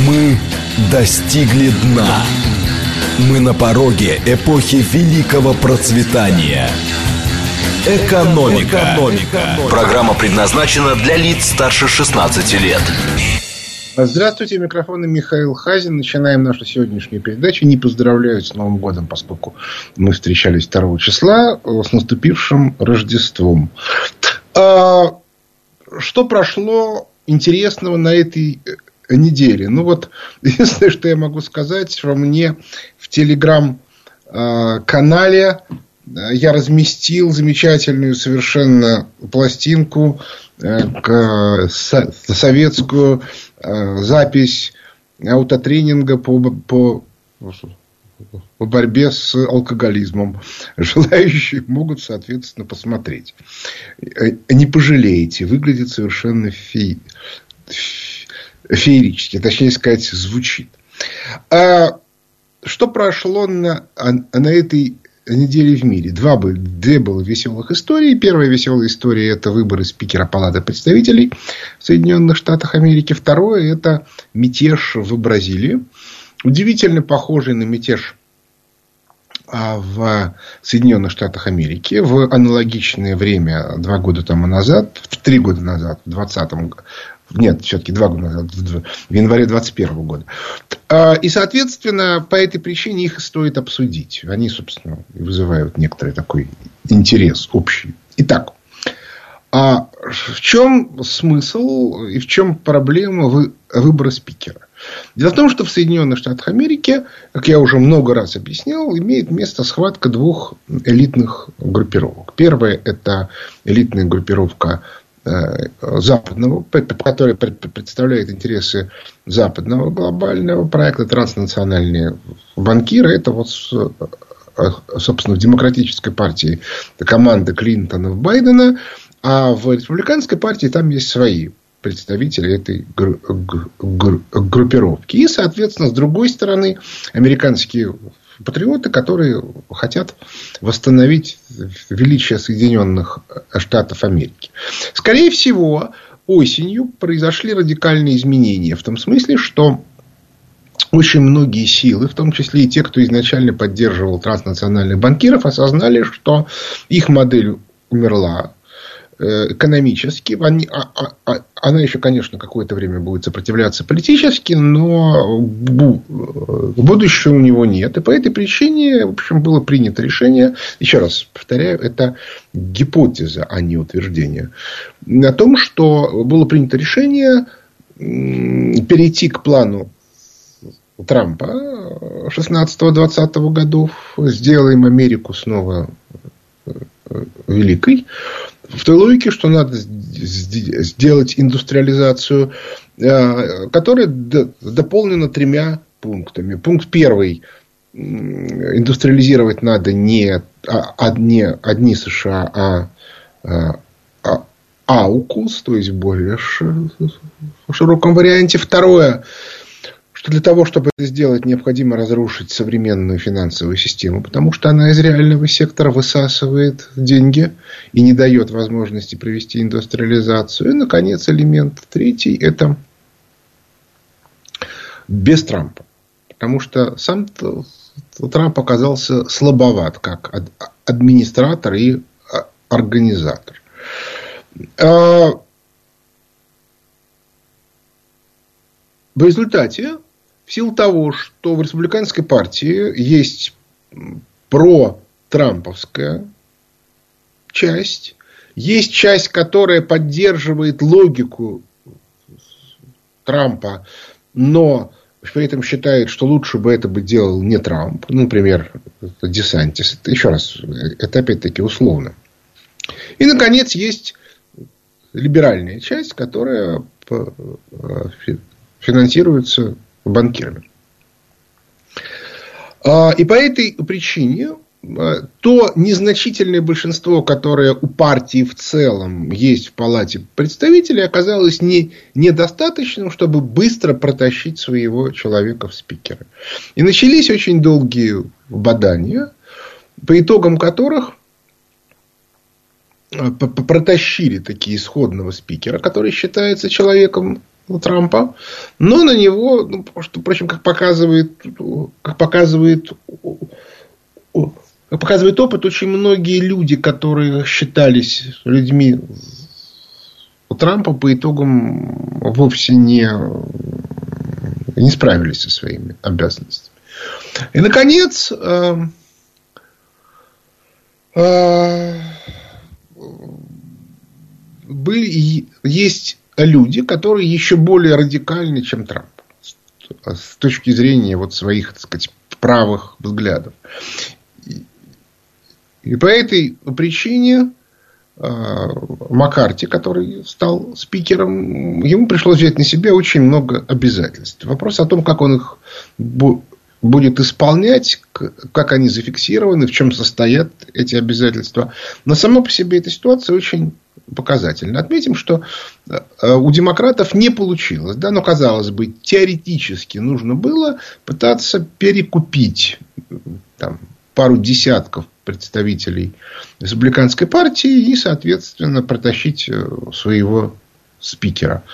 Мы достигли дна. Мы на пороге эпохи великого процветания. Экономика. Программа предназначена для лиц старше 16 лет. Здравствуйте, микрофон Михаил Хазин. Начинаем нашу сегодняшнюю передачу. Не поздравляю с Новым годом, поскольку мы встречались 2 числа, с наступившим Рождеством. Что прошло интересного на этой неделе? Ну вот, единственное, что я могу сказать, что мне в телеграм-канале я разместил замечательную совершенно пластинку, советскую запись аутотренинга по борьбе с алкоголизмом. Желающие могут, соответственно, посмотреть. Не пожалеете. Выглядит совершенно феерически. Точнее сказать, звучит. Что прошло на этой неделе в мире? Две было веселых истории. Первая веселая история – это выборы спикера Палаты представителей в Соединенных Штатах Америки. Второе – это мятеж в Бразилии. Удивительно похожий на мятеж в Соединенных Штатах Америки в аналогичное время 2 года тому назад, 3 года назад, в 2020 году. Нет, все-таки 2 года назад, в январе 2021 года. И, соответственно, по этой причине их стоит обсудить. Они, собственно, вызывают некоторый такой интерес общий. Итак, в чем смысл и в чем проблема выбора спикера? Дело в том, что в Соединенных Штатах Америки, как я уже много раз объяснял, имеет место схватка 2 элитных группировок. Первая – это элитная группировка западного, которая представляет интересы западного глобального проекта, транснациональные банкиры. Это вот, собственно, в демократической партии команда Клинтона, Байдена, а в республиканской партии там есть свои представители этой группировки. И, соответственно, с другой стороны, американские патриоты, которые хотят восстановить величие Соединенных Штатов Америки. Скорее всего, осенью произошли радикальные изменения. В том смысле, что очень многие силы, в том числе и те, кто изначально поддерживал транснациональных банкиров, осознали, что их модель умерла экономически. Она еще, конечно, какое-то время будет сопротивляться политически, но будущего у него нет. И по этой причине, в общем, было принято решение, еще раз повторяю, это гипотеза, а не утверждение, о том, что было принято решение перейти к плану Трампа 16-20 годов, сделаем Америку снова великой, в той логике, что надо сделать индустриализацию, которая дополнена 3 пунктами. Пункт 1. Индустриализировать надо не одни США, а AUKUS, то есть в более широком варианте. Второе, что для того, чтобы это сделать, необходимо разрушить современную финансовую систему, потому что она из реального сектора высасывает деньги и не дает возможности провести индустриализацию. И, наконец, элемент 3 – это без Трампа. Потому что сам Трамп оказался слабоват как администратор и организатор. В результате, в силу того, что в республиканской партии есть про-трамповская часть, есть часть, которая поддерживает логику Трампа, но при этом считает, что лучше бы это делал не Трамп, например, Десантис. Еще раз, это опять-таки условно. И, наконец, есть либеральная часть, которая финансируется банкирами. И по этой причине то незначительное большинство, которое у партии в целом есть в Палате представителей, оказалось недостаточным, чтобы быстро протащить своего человека в спикеры. И начались очень долгие бадания, по итогам которых протащили такие исходного спикера, который считается человеком Трампа, но на него, впрочем, как показывает опыт, очень многие люди, которые считались людьми Трампа, по итогам вовсе не справились со своими обязанностями. И, наконец, есть люди, которые еще более радикальны, чем Трамп, с точки зрения своих, так сказать, правых взглядов. И по этой причине Маккарти, который стал спикером, ему пришлось взять на себя очень много обязательств. Вопрос о том, как он их будет исполнять, как они зафиксированы, в чем состоят эти обязательства. Но сама по себе эта ситуация очень показательна. Отметим, что у демократов не получилось. Да? Но, казалось бы, теоретически нужно было пытаться перекупить пару десятков представителей республиканской партии и, соответственно, протащить своего спикера.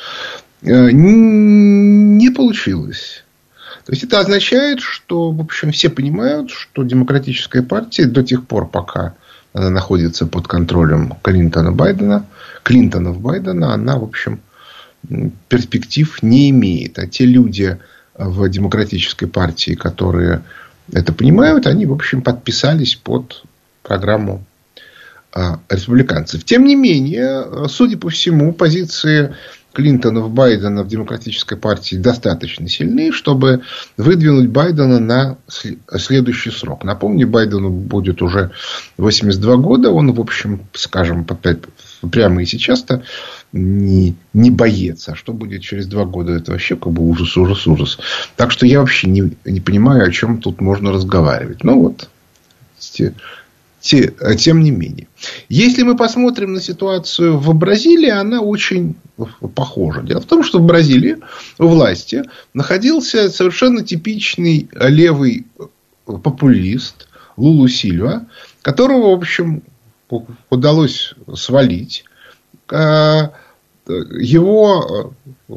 Не получилось. То есть, это означает, что, в общем, все понимают, что демократическая партия до тех пор, пока она находится под контролем Клинтона-Байдена, она, в общем, перспектив не имеет. А те люди в демократической партии, которые это понимают, они, в общем, подписались под программу республиканцев. Тем не менее, судя по всему, позиции Клинтона-Байдена в демократической партии достаточно сильны, чтобы выдвинуть Байдена на следующий срок. Напомню, Байдену будет уже 82 года. Он, в общем, скажем, прямо и сейчас-то не боец. А что будет через 2 года? Это вообще ужас. Так что я вообще не понимаю, о чем тут можно разговаривать. Тем не менее. Если мы посмотрим на ситуацию в Бразилии, она очень похожа. Дело в том, что в Бразилии у власти находился совершенно типичный левый популист Лулу Сильва, которого, в общем, удалось свалить. Его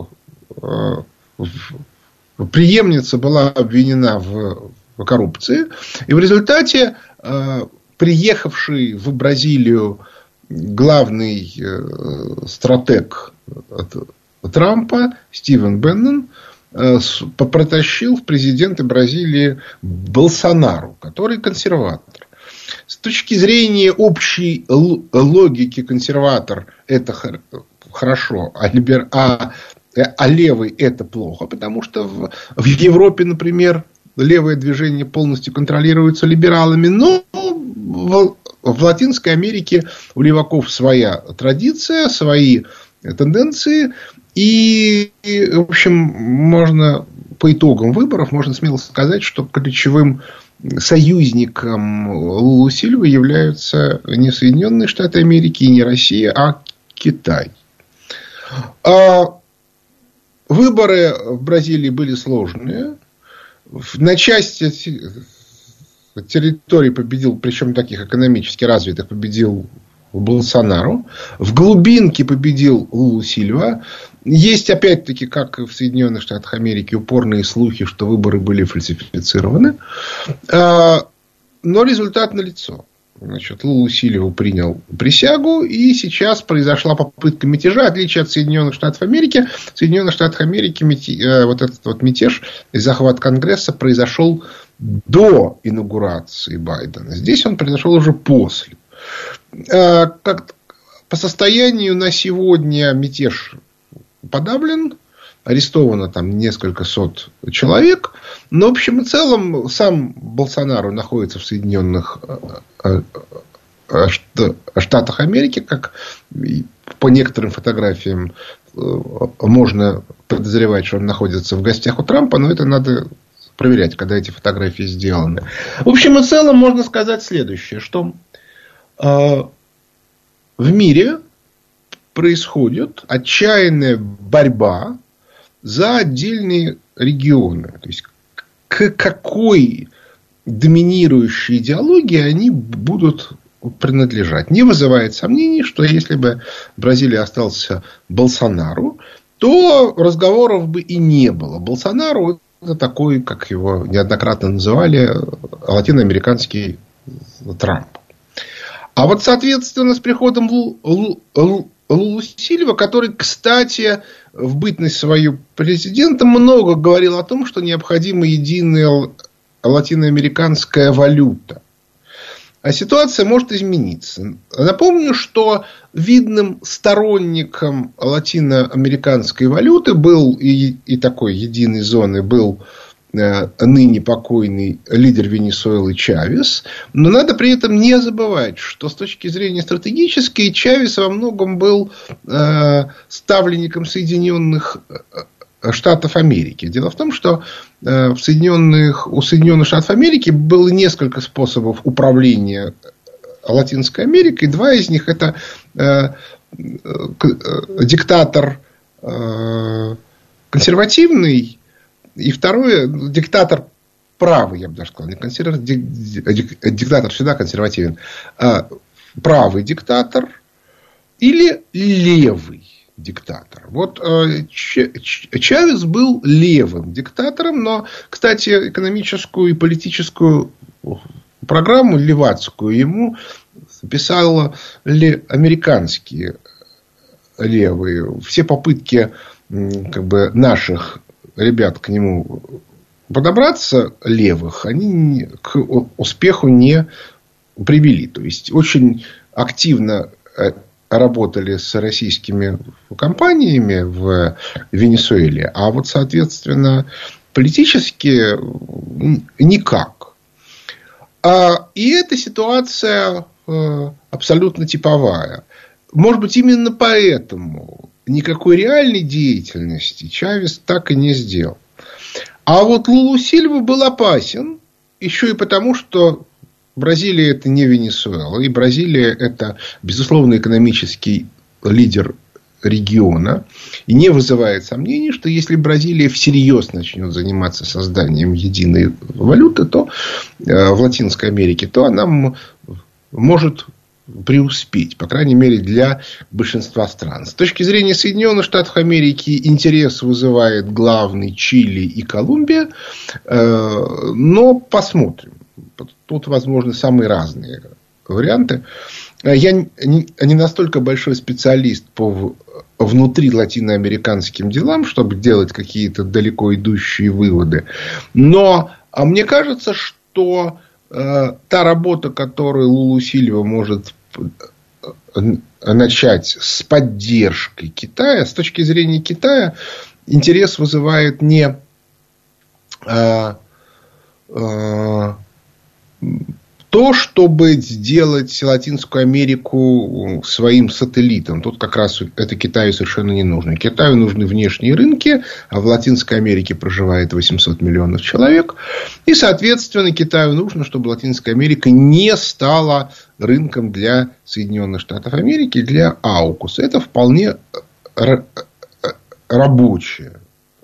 преемница была обвинена в коррупции. И в результате приехавший в Бразилию главный стратег Трампа Стивен Беннон протащил в президенты Бразилии Болсонару, который консерватор. С точки зрения общей логики консерватор это хорошо, а левый это плохо, потому что в Европе, например, левое движение полностью контролируется либералами, но в Латинской Америке у леваков своя традиция, свои тенденции. И, в общем, можно по итогам выборов можно смело сказать, что ключевым союзником Лулу Сильвы являются не Соединенные Штаты Америки и не Россия, а Китай. Выборы в Бразилии были сложные. На части территорий победил, причем таких экономически развитых, победил Болсонару. В глубинке победил Лулу Сильва. Есть, опять-таки, как и в Соединенных Штатах Америки, упорные слухи, что выборы были фальсифицированы. Но результат налицо. Лулу Сильва принял присягу, и сейчас произошла попытка мятежа. В отличие от Соединенных Штатов Америки, в Соединенных Штатах Америки вот этот мятеж и захват Конгресса произошел до инаугурации Байдена. Здесь он произошел уже после. По состоянию на сегодня мятеж подавлен. Арестовано там несколько сот человек. Но, в общем и целом, сам Болсонару находится в Соединенных Штатах Америки. Как по некоторым фотографиям можно подозревать, что он находится в гостях у Трампа. Но это надо проверять, когда эти фотографии сделаны. В общем и целом, можно сказать следующее. Что в мире происходит отчаянная борьба за отдельные регионы. То есть, к какой доминирующей идеологии они будут принадлежать. Не вызывает сомнений, что если бы в Бразилии остался Болсонару, то разговоров бы и не было. Болсонару — это такой, как его неоднократно называли, латиноамериканский Трамп. А вот, соответственно, с приходом Лулу Сильва, который, кстати, в бытность свою президентом много говорил о том, что необходима единая латиноамериканская валюта. А ситуация может измениться. Напомню, что видным сторонником латиноамериканской валюты был и такой единой зоны был ныне покойный лидер Венесуэлы Чавес. Но надо при этом не забывать, что с точки зрения стратегической Чавес во многом был ставленником Соединенных Штатов Америки. Дело в том, что у Соединенных Штатов Америки было несколько способов управления Латинской Америкой. Два из них — это диктатор консервативный, и второе — диктатор правый, я бы даже сказал. Не диктатор всегда консервативен. Правый диктатор или левый диктатор. Вот Чавес был левым диктатором, но, кстати, экономическую и политическую программу левацкую ему писали американские левые. Все попытки наших ребят к нему подобраться, левых, они к успеху не привели. То есть очень активно работали с российскими компаниями в Венесуэле, а вот, соответственно, политически никак. И эта ситуация абсолютно типовая. Может быть, именно поэтому никакой реальной деятельности Чавес так и не сделал. А вот Лулу Сильва был опасен еще и потому, что Бразилия — это не Венесуэла. И Бразилия — это, безусловно, экономический лидер региона. И не вызывает сомнений, что если Бразилия всерьез начнет заниматься созданием единой валюты, то в Латинской Америке, то она может преуспеть, по крайней мере, для большинства стран. С точки зрения Соединенных Штатов Америки интерес вызывает главный Чили и Колумбия, но посмотрим. Тут возможны самые разные варианты. Я не настолько большой специалист по внутри латиноамериканским делам, чтобы делать какие-то далеко идущие выводы. Но мне кажется, что та работа, которую Лулу Сильва может начать с поддержкой Китая, с точки зрения Китая, интерес вызывает не то, чтобы сделать Латинскую Америку своим сателлитом. Тут как раз это Китаю совершенно не нужно. Китаю нужны внешние рынки, а в Латинской Америке проживает 800 миллионов человек. И, соответственно, Китаю нужно, чтобы Латинская Америка не стала рынком для Соединенных Штатов Америки, для AUKUS. Это вполне рабочая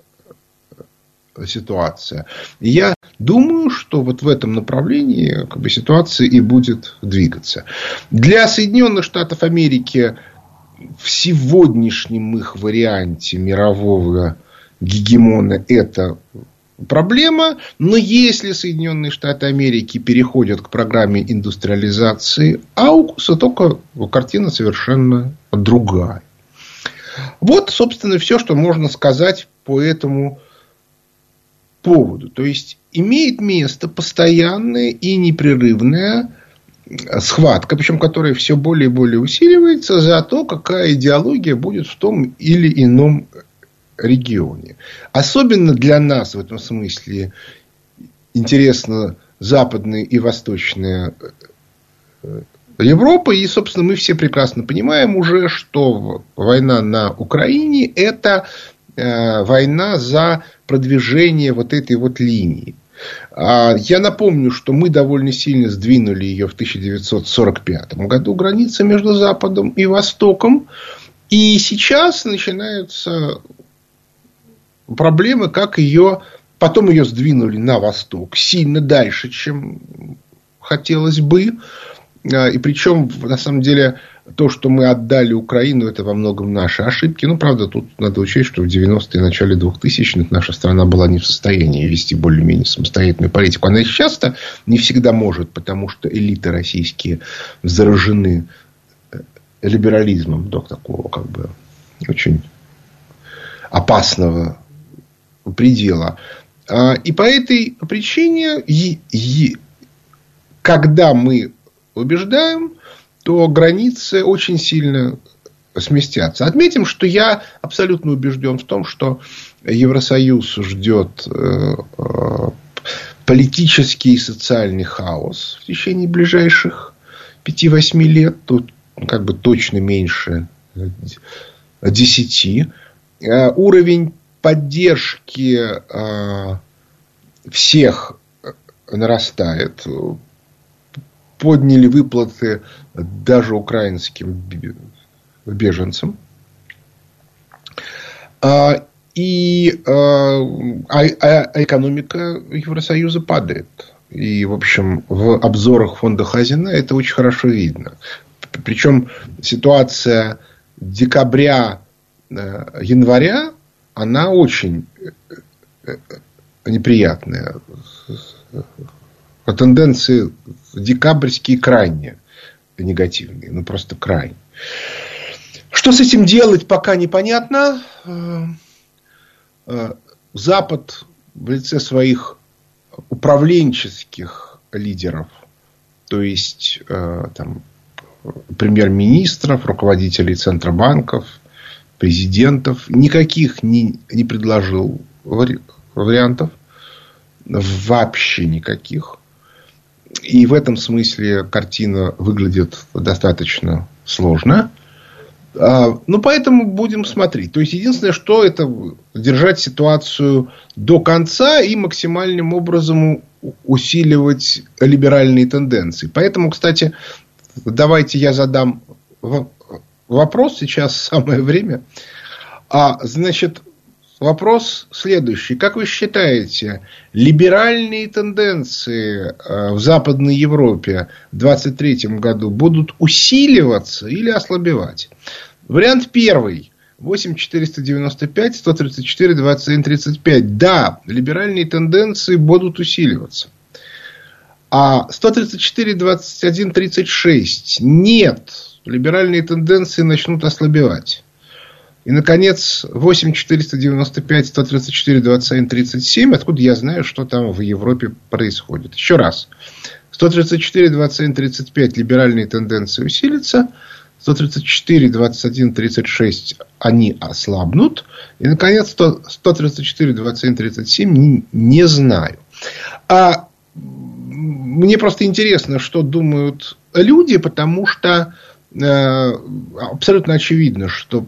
ситуация. Я думаю, что вот в этом направлении ситуация и будет двигаться. Для Соединенных Штатов Америки в сегодняшнем их варианте мирового гегемона это проблема. Но если Соединенные Штаты Америки переходят к программе индустриализации AUKUS, то картина совершенно другая. Вот, собственно, все, что можно сказать по этому поводу. То есть имеет место постоянная и непрерывная схватка, причем которая все более и более усиливается за то, какая идеология будет в том или ином регионе. Особенно для нас в этом смысле интересна западная и восточная Европа. И, собственно, мы все прекрасно понимаем уже, что война на Украине – это война за продвижение вот этой вот линии. Я напомню, что мы довольно сильно сдвинули ее в 1945 году, границы между Западом и Востоком. И сейчас начинаются проблемы, как ее... Потом ее сдвинули на восток сильно дальше, чем хотелось бы. И причем, на самом деле, то, что мы отдали Украину, это во многом наши ошибки. Ну, правда, тут надо учесть, что в 90-е и начале 2000-х наша страна была не в состоянии вести более-менее самостоятельную политику. Она и сейчас-то не всегда может, потому что элиты российские заражены либерализмом до такого как бы очень опасного предела. И по этой причине, когда мы убеждаем, то границы очень сильно сместятся. Отметим, что я абсолютно убежден в том, что Евросоюз ждет политический и социальный хаос в течение ближайших 5-8 лет. Тут как бы точно меньше 10. Уровень поддержки всех нарастает. Подняли выплаты даже украинским беженцам. И экономика Евросоюза падает. И, в общем, в обзорах фонда Хазина это очень хорошо видно. Причем ситуация декабря-января, она очень неприятная. Тенденции декабрьские крайне негативные. Ну, просто крайне. Что с этим делать, пока непонятно. Запад в лице своих управленческих лидеров, то есть там, премьер-министров, руководителей центробанков, президентов, никаких не предложил вариантов. Вообще никаких. И в этом смысле картина выглядит достаточно сложно. Ну, поэтому будем смотреть. То есть, единственное, что это держать ситуацию до конца и максимальным образом усиливать либеральные тенденции. Поэтому, кстати, давайте я задам вопрос. Сейчас самое время. Значит, вопрос следующий. Как вы считаете, либеральные тенденции в Западной Европе в 2023 году будут усиливаться или ослабевать? Вариант первый. 8495, 134, 21, 35. Да, либеральные тенденции будут усиливаться. А 134, 21, 36. Нет, либеральные тенденции начнут ослабевать. И, наконец, 8495, 134, 21, 37. Откуда я знаю, что там в Европе происходит? Еще раз. 134, 21, 35. Либеральные тенденции усилятся. 134, 21, 36. Они ослабнут. И, наконец, 134, 21, 37. Не знаю. Мне просто интересно, что думают люди, потому что абсолютно очевидно, что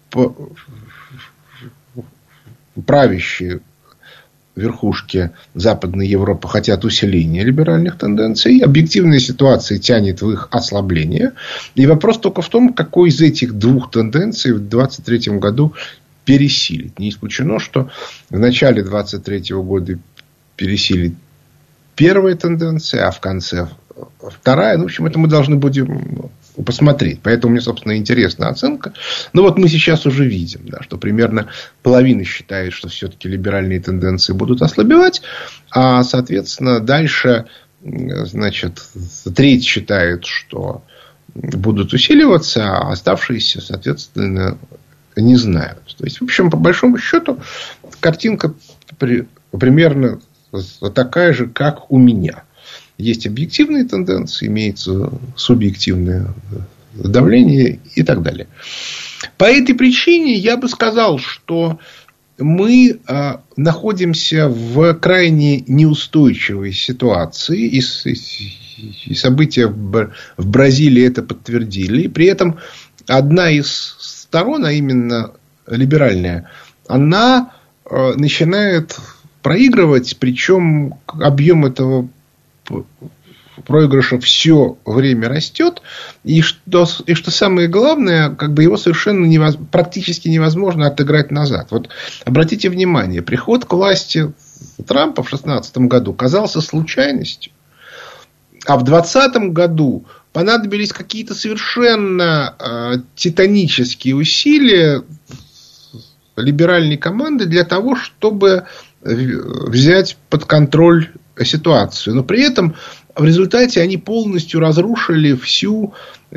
правящие верхушки Западной Европы хотят усиления либеральных тенденций. Объективная ситуация тянет в их ослабление. И вопрос только в том, какой из этих двух тенденций в 2023 году пересилит. Не исключено, что в начале 2023 года пересилит первая тенденция, а в конце вторая. Ну, в общем, это мы должны будем посмотреть. Поэтому мне, собственно, интересна оценка. Но вот мы сейчас уже видим, да, что примерно половина считает, что все-таки либеральные тенденции будут ослабевать. А, соответственно, дальше, значит, треть считает, что будут усиливаться, а оставшиеся, соответственно, не знают. То есть, в общем, по большому счету, картинка примерно такая же, как у меня. Есть объективные тенденции, имеется субъективное давление и так далее. По этой причине я бы сказал, что мы находимся в крайне неустойчивой ситуации. И события в Бразилии это подтвердили. И при этом одна из сторон, а именно либеральная, она начинает проигрывать. Причем объем этого проигрыша все время растет. И что самое главное, как бы его совершенно практически невозможно отыграть назад. Вот обратите внимание, приход к власти Трампа в 2016 году казался случайностью. А в 2020 году понадобились какие-то совершенно титанические усилия либеральной команды для того, чтобы взять под контроль ситуацию. Но при этом в результате они полностью разрушили всю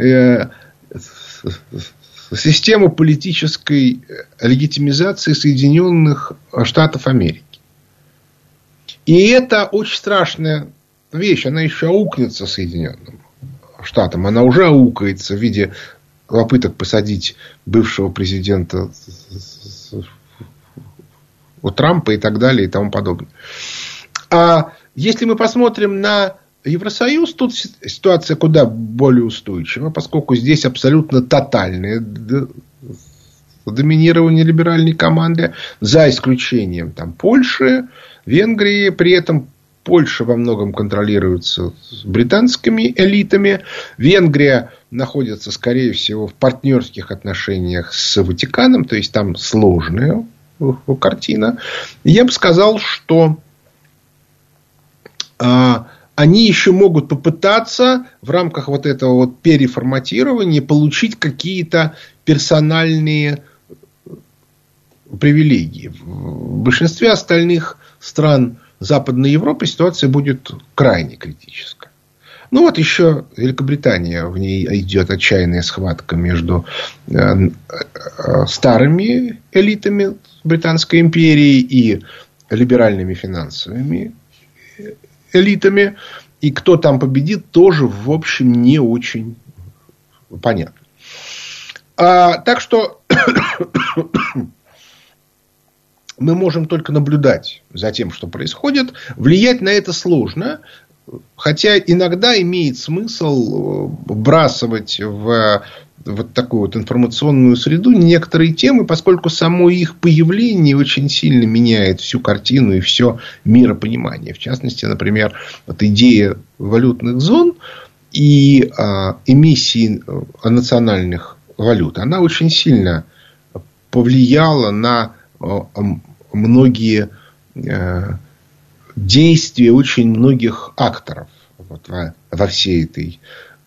систему политической легитимизации Соединенных Штатов Америки. И это очень страшная вещь. Она еще аукнется Соединенным Штатам. Она уже аукается в виде попыток бывшего президента Трампа и так далее и тому подобное. А если мы посмотрим на Евросоюз, тут ситуация куда более устойчива, поскольку здесь абсолютно тотальное доминирование либеральной команды, за исключением Польши, Венгрии. При этом Польша во многом контролируется британскими элитами. Венгрия находится, скорее всего, в партнерских отношениях с Ватиканом. То есть, там сложная картина. Я бы сказал, что они еще могут попытаться в рамках этого переформатирования получить какие-то персональные привилегии. В большинстве остальных стран Западной Европы ситуация будет крайне критическая. Еще Великобритания, в ней идет отчаянная схватка между старыми элитами Британской империи и либеральными финансовыми элитами. И кто там победит, тоже, в общем, не очень понятно. Так что мы можем только наблюдать за тем, что происходит. Влиять на это сложно. Хотя иногда имеет смысл вбрасывать в такую информационную среду некоторые темы, поскольку само их появление очень сильно меняет всю картину и все миропонимание. В частности, например, идея валютных зон и эмиссии национальных валют, она очень сильно повлияла на многие действия очень многих акторов во всей этой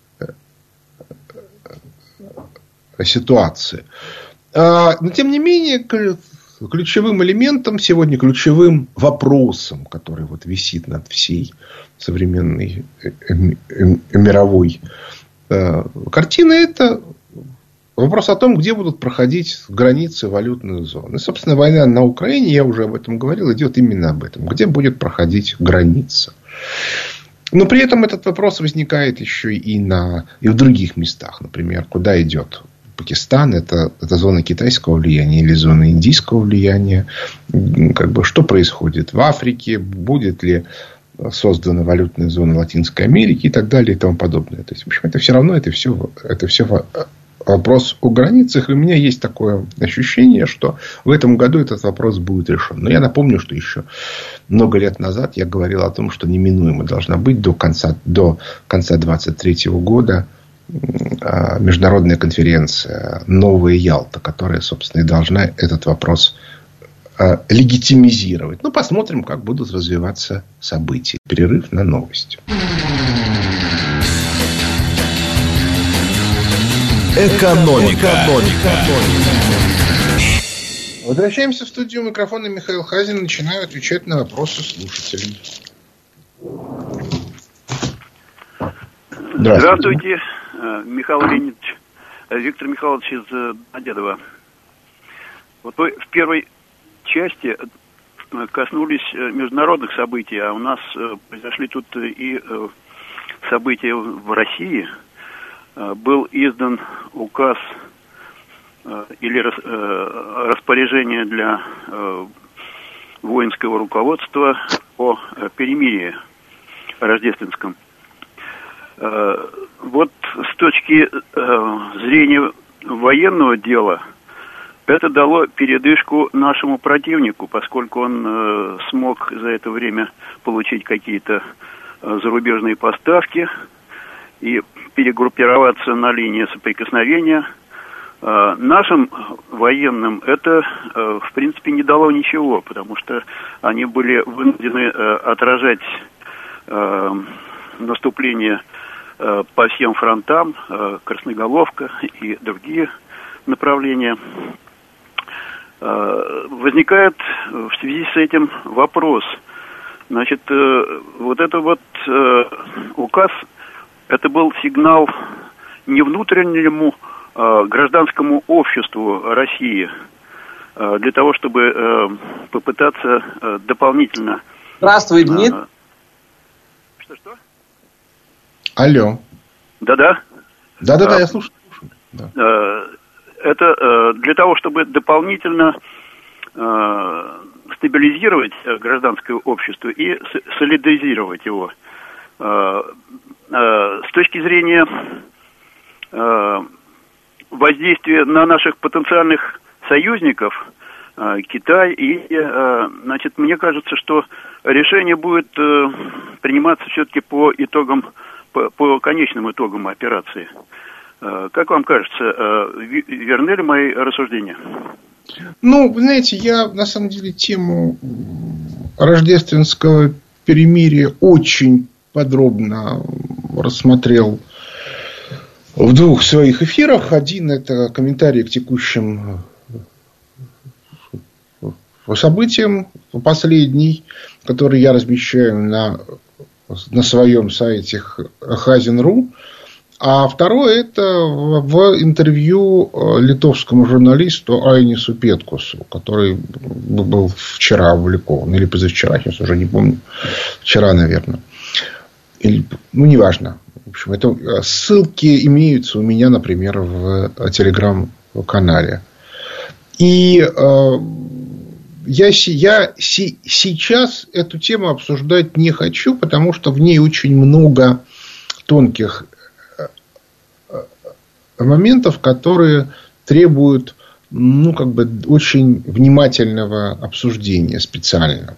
ситуации. Но, тем не менее, ключевым элементом сегодня, ключевым вопросом, который висит над всей современной мировой картиной, это вопрос о том, где будут проходить границы валютных зон. И, собственно, война на Украине, я уже об этом говорил, идет именно об этом. Где будет проходить граница. Но при этом этот вопрос возникает еще и в других местах. Например, куда идет Пакистан? Это зона китайского влияния или зона индийского влияния? Что происходит в Африке? Будет ли создана валютная зона Латинской Америки и так далее и тому подобное. То есть, в общем, это все равно это все вопрос о границах. И у меня есть такое ощущение, что в этом году этот вопрос будет решен. Но я напомню, что еще много лет назад я говорил о том, что неминуемо должна быть до конца 2023 года международная конференция «Новая Ялта», которая, собственно, и должна этот вопрос легитимизировать. Посмотрим, как будут развиваться события. Перерыв на новости. Экономика. Возвращаемся в студию. Микрофона Михаил Хазин. Начинаю отвечать на вопросы слушателей. Здравствуйте, Михаил Леонидович. Виктор Михайлович из Домодедово. Вы в первой части коснулись международных событий, а у нас произошли тут и события в России. Был издан указ или распоряжение для воинского руководства о перемирии рождественском. С точки зрения военного дела, это дало передышку нашему противнику, поскольку он смог за это время получить какие-то зарубежные поставки и перегруппироваться на линии соприкосновения. Нашим военным это, в принципе, не дало ничего, потому что они были вынуждены отражать наступление по всем фронтам, Красноголовка и другие направления. Возникает в связи с этим вопрос. Значит, вот это вот указ, это был сигнал не внутреннему гражданскому обществу России для того, чтобы попытаться дополнительно... Здравствуй, Дмитрий. Что? Алло. Да-да. Да-да-да, я слушаю. Да. Это для того, чтобы дополнительно стабилизировать гражданское общество и солидаризировать его. С точки зрения воздействия на наших потенциальных союзников, Китай, и, значит, мне кажется, что решение будет приниматься все-таки по итогам, по конечным итогам операции. Как вам кажется, верны ли мои рассуждения? Ну, вы знаете, я на самом деле тему рождественского перемирия очень подробно рассмотрел в двух своих эфирах. Один — это комментарий к текущим событиям, последний, который я размещаю на своем сайте Хазин.ру. А второе — это в интервью литовскому журналисту Айнису Петкусу, который был вчера опубликован, или позавчера, сейчас уже не помню, вчера, наверное. Или, ну, неважно. В общем, это ссылки имеются у меня, например, в телеграм-канале. И я сейчас эту тему обсуждать не хочу, потому что в ней очень много тонких моментов, которые требуют, ну, как бы очень внимательного обсуждения специально.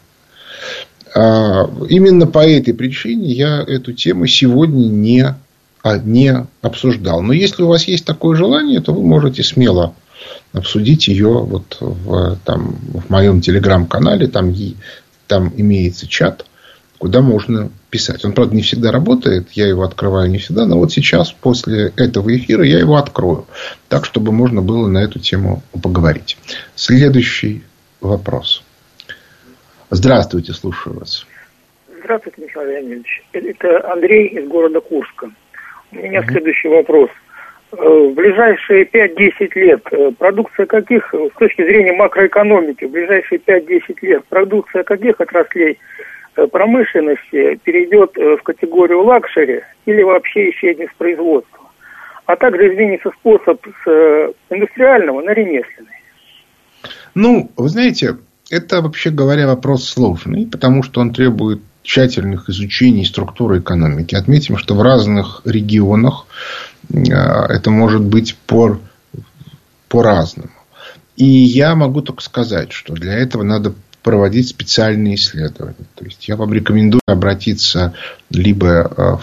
Именно по этой причине я эту тему сегодня не обсуждал. Но если у вас есть такое желание, то вы можете смело обсудить ее вот в моем телеграм-канале. Там имеется чат, куда можно писать. Он, правда, не всегда работает. Я его открываю не всегда. Но вот сейчас, после этого эфира, я его открою. Так, чтобы можно было на эту тему поговорить. Следующий вопрос. Здравствуйте, слушаю вас. Здравствуйте, Михаил Леонидович. Это Андрей из города Курска. У меня следующий вопрос. В ближайшие 5-10 лет продукция каких, с точки зрения макроэкономики, в ближайшие 5-10 лет продукция каких отраслей промышленности перейдет в категорию лакшери или вообще исчезнет с производства? А также изменится способ с индустриального на ремесленный? Ну, вы знаете, это, вообще говоря, вопрос сложный, потому что он требует тщательных изучений структуры экономики. Отметим, что в разных регионах это может быть по-разному. И я могу только сказать, что для этого надо проводить специальные исследования. То есть я вам рекомендую обратиться либо в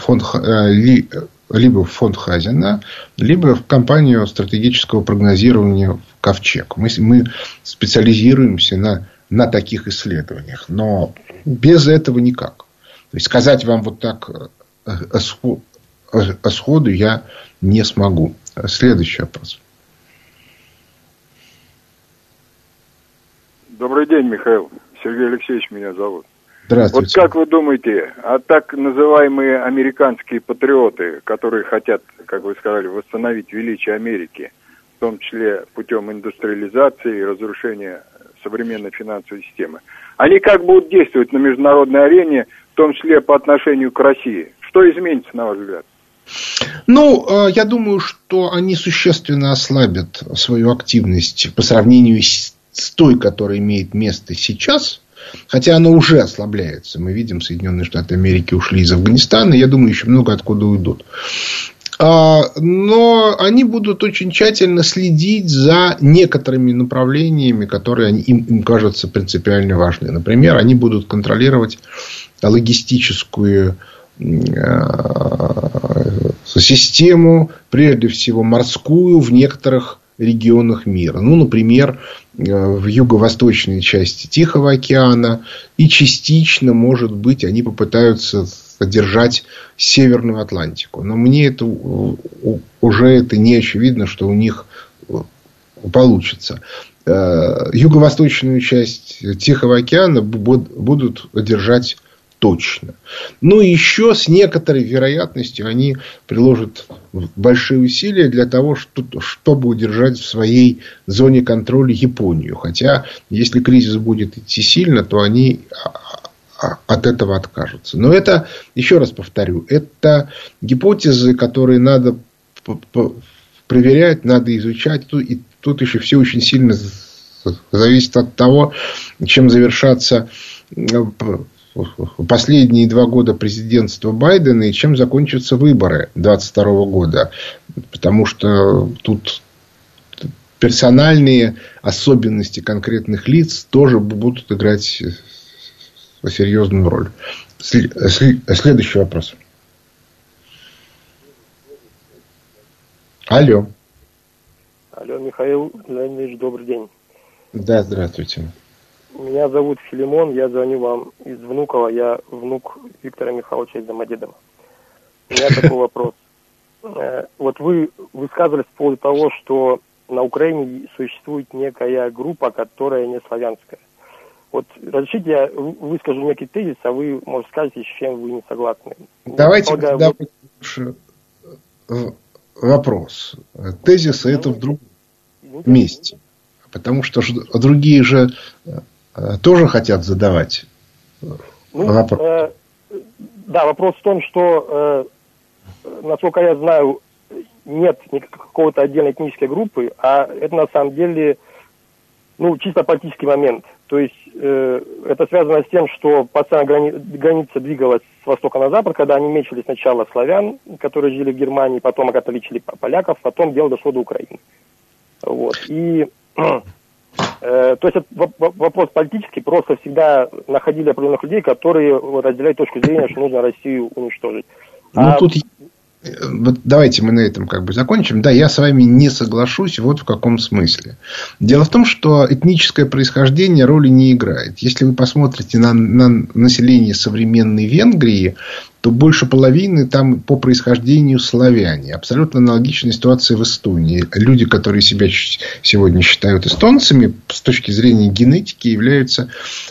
фонд Хазина, либо в компанию стратегического прогнозирования «Ковчег». Мы специализируемся на таких исследованиях. Но без этого никак. То есть сказать вам вот так сходу я не смогу. Следующий вопрос. Добрый день, Михаил. Сергей Алексеевич меня зовут. Здравствуйте. Вот как вы думаете, а так называемые американские патриоты, которые хотят, как вы сказали, восстановить величие Америки, в том числе путем индустриализации и разрушения современной финансовой системы, они как будут действовать на международной арене, в том числе по отношению к России? Что изменится, на ваш взгляд? Ну, я думаю, что они существенно ослабят свою активность по сравнению с той, которая имеет место сейчас. Хотя она уже ослабляется. Мы видим, Соединенные Штаты Америки ушли из Афганистана. Я думаю, еще много откуда уйдут. Но они будут очень тщательно следить за некоторыми направлениями, которые им кажутся принципиально важны. Например, они будут контролировать логистическую систему, прежде всего морскую, в некоторых регионах мира. Ну, например, в юго-восточной части Тихого океана. И частично, может быть, они попытаются одержать Северную Атлантику. Но мне это уже не очевидно, что у них получится. Юго-восточную часть Тихого океана будут одержать точно. Но еще с некоторой вероятностью они приложат большие усилия для того, чтобы удержать в своей зоне контроля Японию. Хотя, если кризис будет идти сильно, то они от этого откажутся. Но это, еще раз повторю, это гипотезы, которые надо проверять, надо изучать. И тут еще все очень сильно зависит от того, чем завершатся последние 2 года президентства Байдена и чем закончатся выборы 2022 года. Потому что тут персональные особенности конкретных лиц тоже будут играть серьезную роль. Следующий вопрос. Алло. Алло, Михаил Леонидович, добрый день. Да, здравствуйте. Меня зовут Филимон, я звоню вам из Внуково, я внук Виктора Михайловича из Домодедово. У меня такой вопрос. Вот вы высказывались по поводу того, что на Украине существует некая группа, которая не славянская. Вот разрешите я выскажу некий тезис, а вы, может, скажете, с чем вы не согласны. Давайте вопрос. Тезисы это в другом месте. Потому что другие же тоже хотят задавать вопрос. Да, вопрос в том, что, насколько я знаю, нет какого-то отдельной этнической группы, а это на самом деле чисто политический момент. То есть это связано с тем, что постоянно граница двигалась с востока на запад, когда они мечили сначала славян, которые жили в Германии, потом окатоличили поляков, потом дело дошло до Украины. Вот. И то есть это вопрос политический, просто всегда находили определенных людей, которые разделяют точку зрения, что нужно Россию уничтожить. Тут давайте мы на этом закончим. Да, я с вами не соглашусь вот в каком смысле. Дело в том, что этническое происхождение роли не играет. Если вы посмотрите на население современной Венгрии, то больше половины там по происхождению славяне. Абсолютно аналогичная ситуация в Эстонии. Люди, которые себя сегодня считают эстонцами, с точки зрения генетики, являются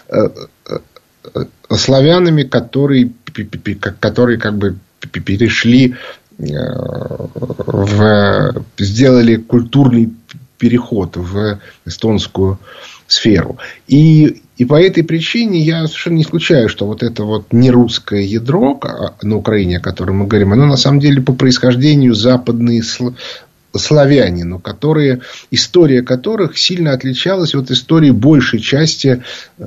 славянами, которые перешли сделали культурный переход в эстонскую сферу. И по этой причине я совершенно не исключаю, что вот это не русское ядро на Украине, о котором мы говорим, оно на самом деле по происхождению западные славяне, но история которых сильно отличалась от истории большей части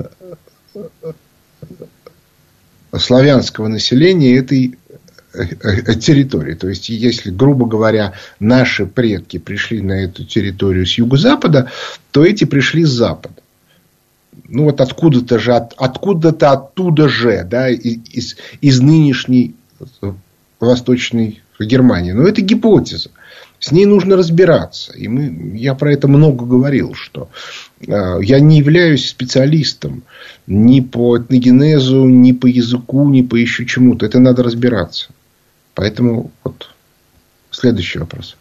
славянского населения этой территории. То есть, если, грубо говоря, наши предки пришли на эту территорию с юго-запада, то эти пришли с запада. Откуда-то оттуда же, да, из нынешней Восточной Германии. Но это гипотеза. С ней нужно разбираться. И я про это много говорил, что я не являюсь специалистом ни по этногенезу, ни по языку, ни по еще чему-то. Это надо разбираться. Поэтому следующий вопрос.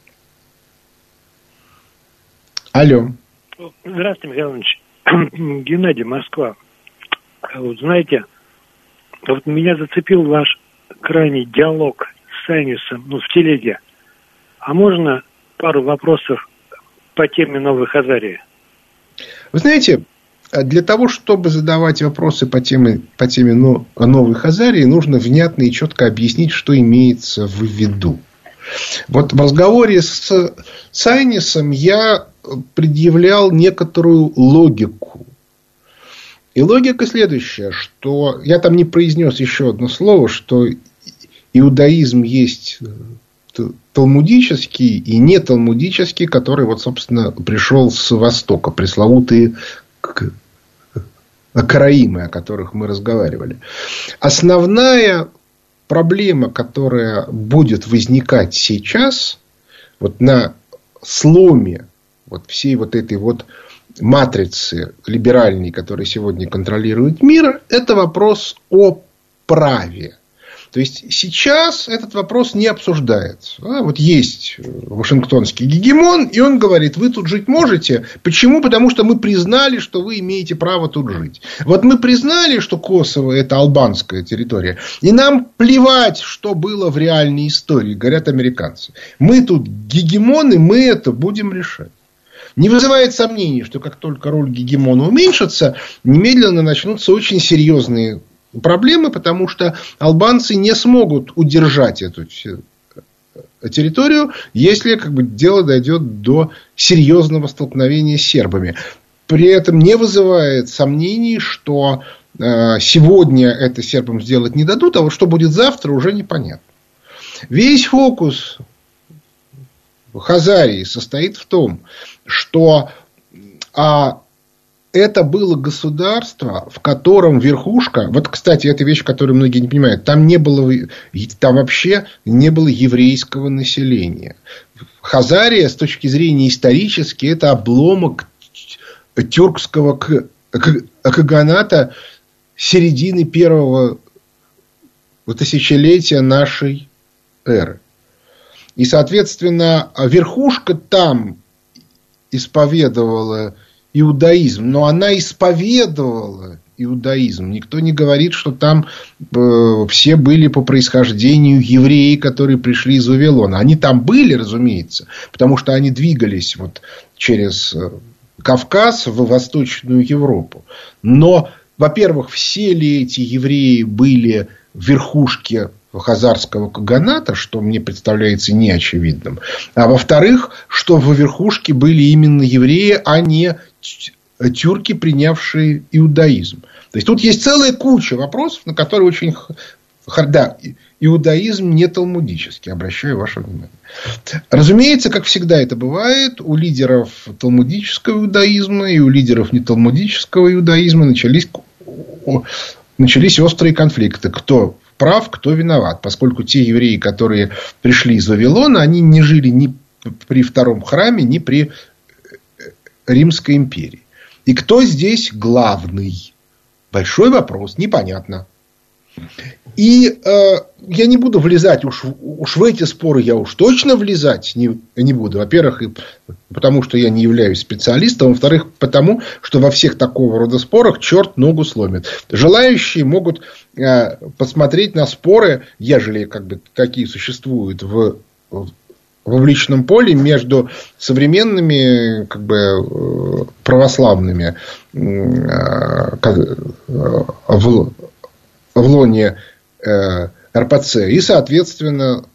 Алло. Здравствуйте, Михаил Иванович. Геннадий, Москва. Знаете, меня зацепил ваш крайний диалог с Сайнисом, в телеге. А можно пару вопросов по теме Новой Хазарии? Вы знаете, для того, чтобы задавать вопросы по теме Новой Хазарии, нужно внятно и четко объяснить, что имеется в виду. В разговоре с Сайнисом я предъявлял некоторую логику. И логика следующая, что я там не произнес еще одно слово, что иудаизм есть талмудический и не талмудический, который собственно пришел с Востока, пресловутые караимы, о которых мы разговаривали. Основная проблема, которая будет возникать сейчас на сломе всей этой матрицы либеральной, которая сегодня контролирует мир, это вопрос о праве. То есть сейчас этот вопрос не обсуждается. Вот есть вашингтонский гегемон, и он говорит: вы тут жить можете. Почему? Потому что мы признали, что вы имеете право тут жить. Вот мы признали, что Косово — это албанская территория, и нам плевать, что было в реальной истории, говорят американцы. Мы тут гегемоны, мы это будем решать. Не вызывает сомнений, что как только роль гегемона уменьшится, немедленно начнутся очень серьезные проблемы, потому что албанцы не смогут удержать эту территорию, если дело дойдет до серьезного столкновения с сербами. При этом не вызывает сомнений, что сегодня это сербам сделать не дадут, а вот что будет завтра, уже непонятно. Весь фокус Хазарии состоит в том, что это было государство, в котором верхушка... Вот, кстати, это вещь, которую многие не понимают. Там вообще не было еврейского населения. Хазария, с точки зрения исторической, это обломок тюркского каганата середины первого тысячелетия нашей эры. И, соответственно, верхушка там исповедовала иудаизм, но она исповедовала иудаизм. Никто не говорит, что там все были по происхождению евреи, которые пришли из Вавилона. Они там были, разумеется, потому что они двигались через Кавказ в Восточную Европу. Но, во-первых, все ли эти евреи были в верхушке хазарского каганата, что мне представляется неочевидным. А во-вторых, что в верхушке были именно евреи, а не тюрки, принявшие иудаизм. То есть тут есть целая куча вопросов, на которые очень... Да, иудаизм не талмудический, обращаю ваше внимание. Разумеется, как всегда это бывает, у лидеров талмудического иудаизма и у лидеров неталмудического иудаизма начались острые конфликты. Кто прав, кто виноват. Поскольку те евреи, которые пришли из Вавилона, они не жили ни при втором храме, ни при Римской империи. И кто здесь главный? Большой вопрос, непонятно. И я не буду влезать уж в эти споры, я уж точно влезать не буду. Во-первых, потому что я не являюсь специалистом. Во-вторых, потому что во всех такого рода спорах черт ногу сломит. Желающие могут посмотреть на споры, ежели такие существуют в личном поле, между современными православными в лоне РПЦ и, соответственно,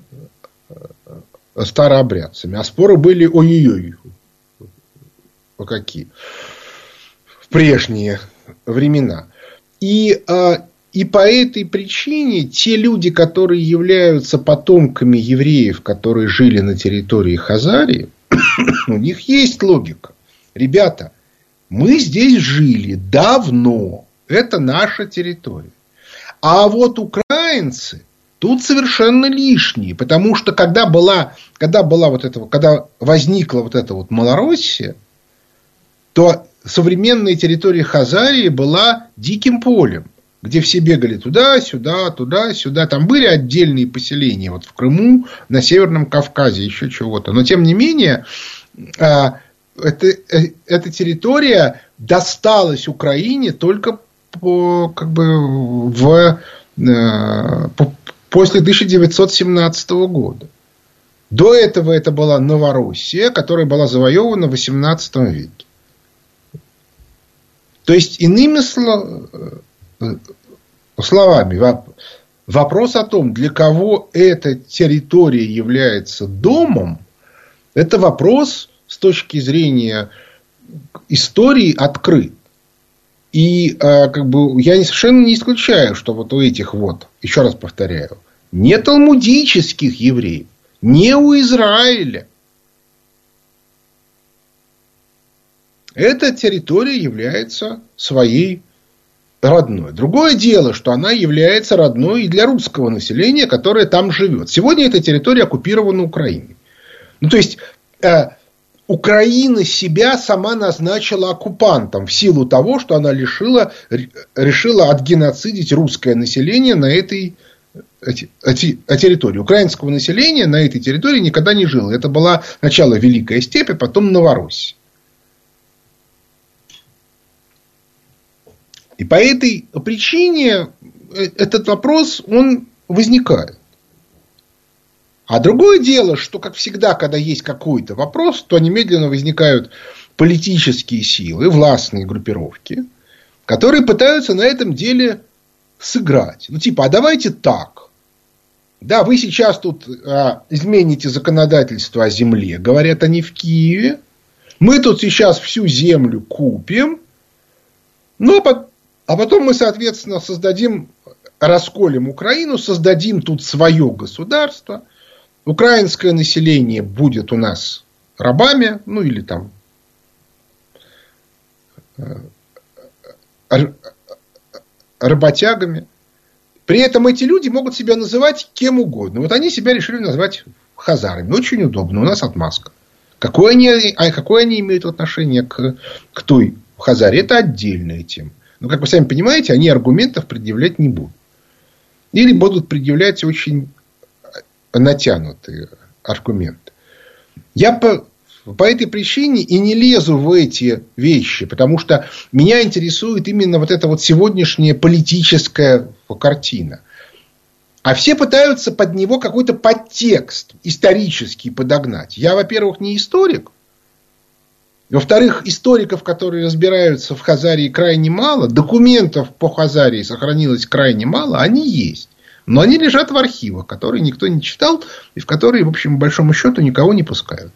старообрядцами. А споры были ой-ой-ой какие в прежние времена. И по этой причине те люди, которые являются потомками евреев, которые жили на территории Хазарии, у них есть логика. Ребята, мы здесь жили давно. Это наша территория. А вот украинцы тут совершенно лишние. Потому что когда возникла Малороссия, то современная территория Хазарии была диким полем, где все бегали туда-сюда, туда-сюда. Там были отдельные поселения в Крыму, на Северном Кавказе, еще чего-то. Но, тем не менее, эта территория досталась Украине только после 1917 года. До этого это была Новороссия, которая была завоевана в XVIII веке. То есть, иными словами, вопрос о том, для кого эта территория является домом, это вопрос с точки зрения истории открыт. И я совершенно не исключаю, что у этих еще раз повторяю, не талмудических евреев, не у Израиля, эта территория является своей родной. Другое дело, что она является родной и для русского населения, которое там живет. Сегодня эта территория оккупирована Украиной. То есть, Украина себя сама назначила оккупантом в силу того, что она решила отгеноцидить русское население на этой территории. Украинского населения на этой территории никогда не жило. Это была сначала Великая Степь, а потом Новороссия. И по этой причине этот вопрос, он возникает. А другое дело, что, как всегда, когда есть какой-то вопрос, то немедленно возникают политические силы, властные группировки, которые пытаются на этом деле сыграть. Ну, типа, а давайте так. Да, вы сейчас тут измените законодательство о земле, говорят они в Киеве. Мы тут сейчас всю землю купим. Ну, а потом мы, соответственно, расколем Украину, создадим тут свое государство. Украинское население будет у нас рабами, ну или там работягами. При этом эти люди могут себя называть кем угодно. Вот они себя решили назвать хазарами. Очень удобно, у нас отмазка. Какое они имеют отношение к той хазаре, это отдельная тема. Но, как вы сами понимаете, они аргументов предъявлять не будут. Или будут предъявлять очень натянутые аргументы. Я по этой причине и не лезу в эти вещи, потому что меня интересует именно вот эта вот сегодняшняя политическая картина. А все пытаются под него какой-то подтекст исторический подогнать. Я, во-первых, не историк. Во-вторых, историков, которые разбираются в Хазарии, крайне мало. Документов по Хазарии сохранилось крайне мало. Они есть. Но они лежат в архивах, которые никто не читал. И в которые, в общем, по большому счету, никого не пускают.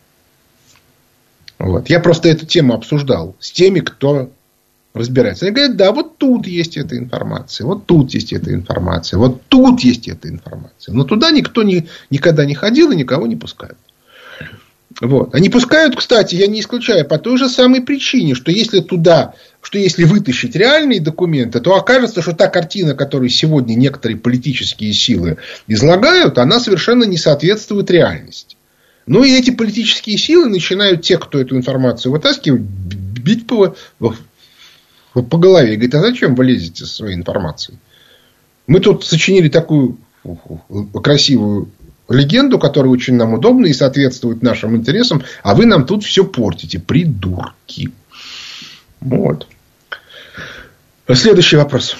Вот. Я просто эту тему обсуждал с теми, кто разбирается. Они говорят, да, вот тут есть эта информация. Вот тут есть эта информация. Вот тут есть эта информация. Но туда никто никогда не ходил и никого не пускают. Вот. Они пускают, кстати, я не исключаю, по той же самой причине, что если вытащить реальные документы, то окажется, что та картина, которую сегодня некоторые политические силы излагают, она совершенно не соответствует реальности. Ну и эти политические силы начинают те, кто эту информацию вытаскивает, бить по голове. И говорит, а зачем вы лезете со своей информацией? Мы тут сочинили такую красивую легенду, которая очень нам удобна и соответствует нашим интересам, а вы нам тут все портите, придурки. Вот. Следующий вопрос.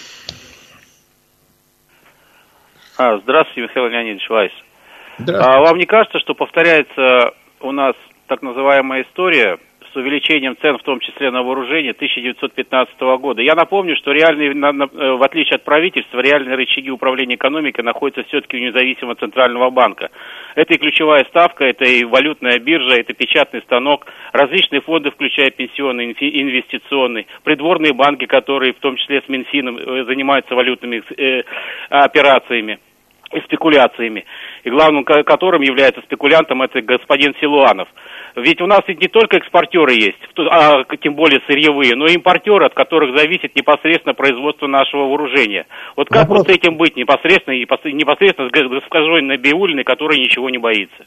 Здравствуйте, Михаил Леонидович Вайс. Вам не кажется, что повторяется у нас так называемая история с увеличением цен, в том числе на вооружение, 1915 года? Я напомню, что в отличие от правительства, реальные рычаги управления экономикой находятся все-таки у независимого центрального банка. Это и ключевая ставка, это и валютная биржа, это печатный станок, различные фонды, включая пенсионный, инвестиционный, придворные банки, которые в том числе с Минфином занимаются валютными операциями и спекуляциями. И главным которым является спекулянтом это господин Силуанов. Ведь у нас ведь не только экспортеры есть, тем более сырьевые, но и импортеры, от которых зависит непосредственно производство нашего вооружения. Вот как вот с этим быть непосредственно с госпожой Набиуллиной, которая ничего не боится?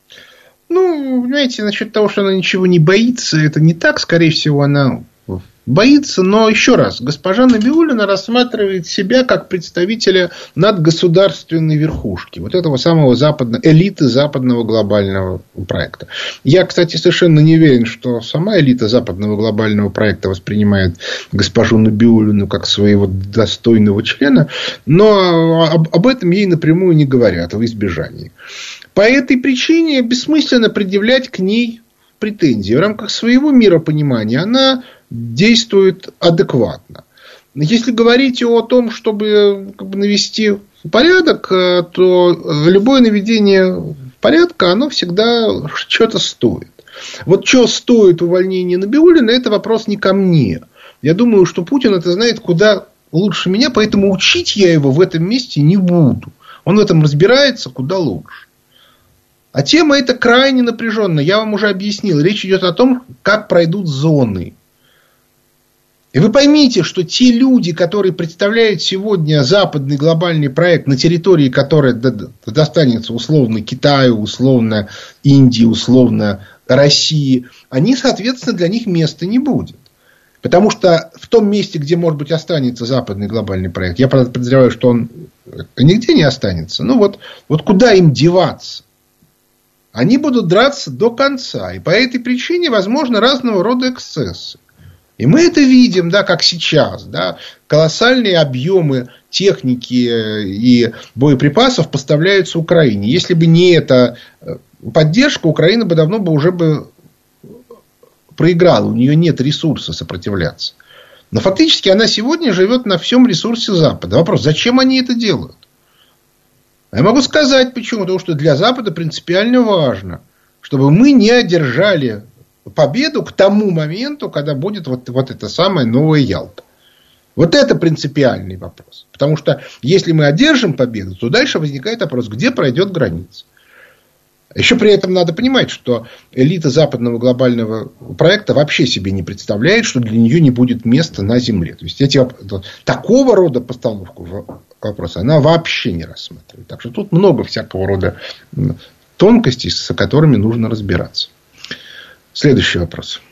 Ну, понимаете, насчет того, что она ничего не боится, это не так. Скорее всего, она боится. Но еще раз, госпожа Набиуллина рассматривает себя как представителя надгосударственной верхушки. Вот этого самого элиты западного глобального проекта. Я, кстати, совершенно не уверен, что сама элита западного глобального проекта воспринимает госпожу Набиуллину как своего достойного члена. Но об этом ей напрямую не говорят в избежании. По этой причине бессмысленно предъявлять к ней претензии. В рамках своего миропонимания она действует адекватно. Если говорить о том, чтобы навести порядок, то любое наведение порядка, оно всегда что-то стоит. Вот что стоит увольнение Набиуллина, это вопрос не ко мне. Я думаю, что Путин это знает куда лучше меня, поэтому учить я его в этом месте не буду. Он в этом разбирается куда лучше. А тема эта крайне напряженная. Я вам уже объяснил. Речь идет о том, как пройдут зоны. И вы поймите, что те люди, которые представляют сегодня западный глобальный проект на территории, которая достанется условно Китаю, условно Индии, условно России, они, соответственно, для них места не будет. Потому что в том месте, где, может быть, останется западный глобальный проект, я подозреваю, что он нигде не останется. Ну, вот куда им деваться? Они будут драться до конца. И по этой причине возможны разного рода эксцессы. И мы это видим, да, как сейчас. Да, колоссальные объемы техники и боеприпасов поставляются Украине. Если бы не эта поддержка, Украина бы давно уже проиграла. У нее нет ресурса сопротивляться. Но фактически она сегодня живет на всем ресурсе Запада. Вопрос, зачем они это делают? Я могу сказать почему. Потому что для Запада принципиально важно, чтобы мы не одержали победу к тому моменту, когда будет вот эта самая новая Ялта. Вот это принципиальный вопрос. Потому что если мы одержим победу, то дальше возникает вопрос, где пройдет граница. Еще при этом надо понимать, что элита западного глобального проекта вообще себе не представляет, что для нее не будет места на Земле. То есть такого рода постановку вопроса она вообще не рассматривает. Так что тут много всякого рода тонкостей, с которыми нужно разбираться. Следующий вопрос.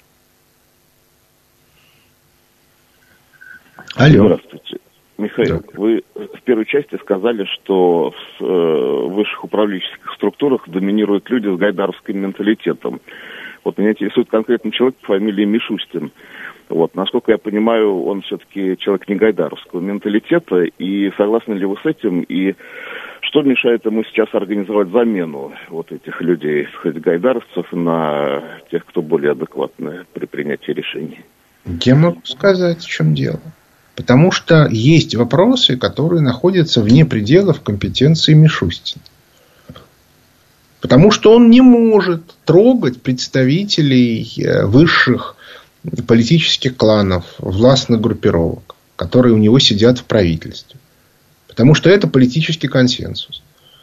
Алло. Здравствуйте. Михаил, вы в первой части сказали, что в высших управленческих структурах доминируют люди с гайдаровским менталитетом. Вот меня интересует конкретно человек по фамилии Мишустин. Вот, насколько я понимаю, он все-таки человек не гайдаровского менталитета. И согласны ли вы с этим? И что мешает ему сейчас организовать замену вот этих людей, сказать, гайдаровцев, на тех, кто более адекватны при принятии решений? Я могу сказать, в чем дело. Потому что есть вопросы, которые находятся вне пределов компетенции Мишустина. Потому что он не может трогать представителей высших политических кланов, властных группировок, которые у него сидят в правительстве. Потому что это политический консенсус.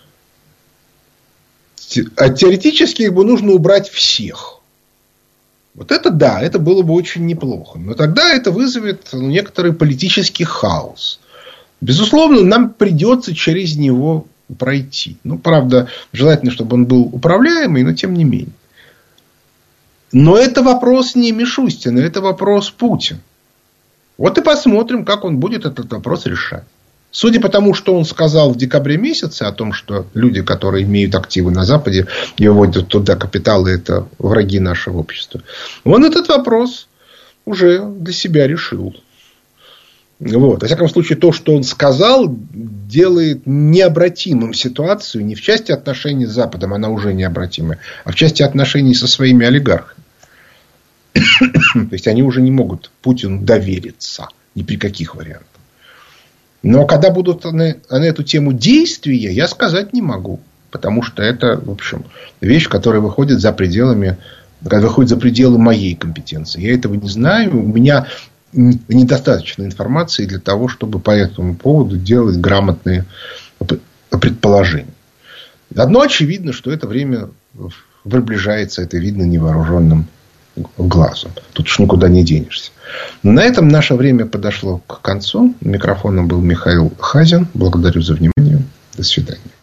А теоретически их бы нужно убрать всех. Вот это да, это было бы очень неплохо. Но тогда это вызовет некоторый политический хаос. Безусловно, нам придется через него пройти. Ну, правда, желательно, чтобы он был управляемый, но тем не менее. Но это вопрос не Мишустина, это вопрос Путина. Вот и посмотрим, как он будет этот вопрос решать. Судя по тому, что он сказал в декабре месяце о том, что люди, которые имеют активы на Западе и выводят туда капиталы, это враги нашего общества. Он этот вопрос уже для себя решил. Вот. Во всяком случае, то, что он сказал, делает необратимым ситуацию не в части отношений с Западом, она уже необратимая, а в части отношений со своими олигархами. То есть, они уже не могут Путину довериться ни при каких вариантах. Но когда будут на эту тему действия, я сказать не могу. Потому что это, в общем, вещь, которая выходит за пределы моей компетенции. Я этого не знаю. У меня недостаточно информации для того, чтобы по этому поводу делать грамотные предположения. Одно очевидно, что это время приближается, это видно невооруженным глазом. Тут уж никуда не денешься. На этом наше время подошло к концу. Микрофоном был Михаил Хазин. Благодарю за внимание. До свидания.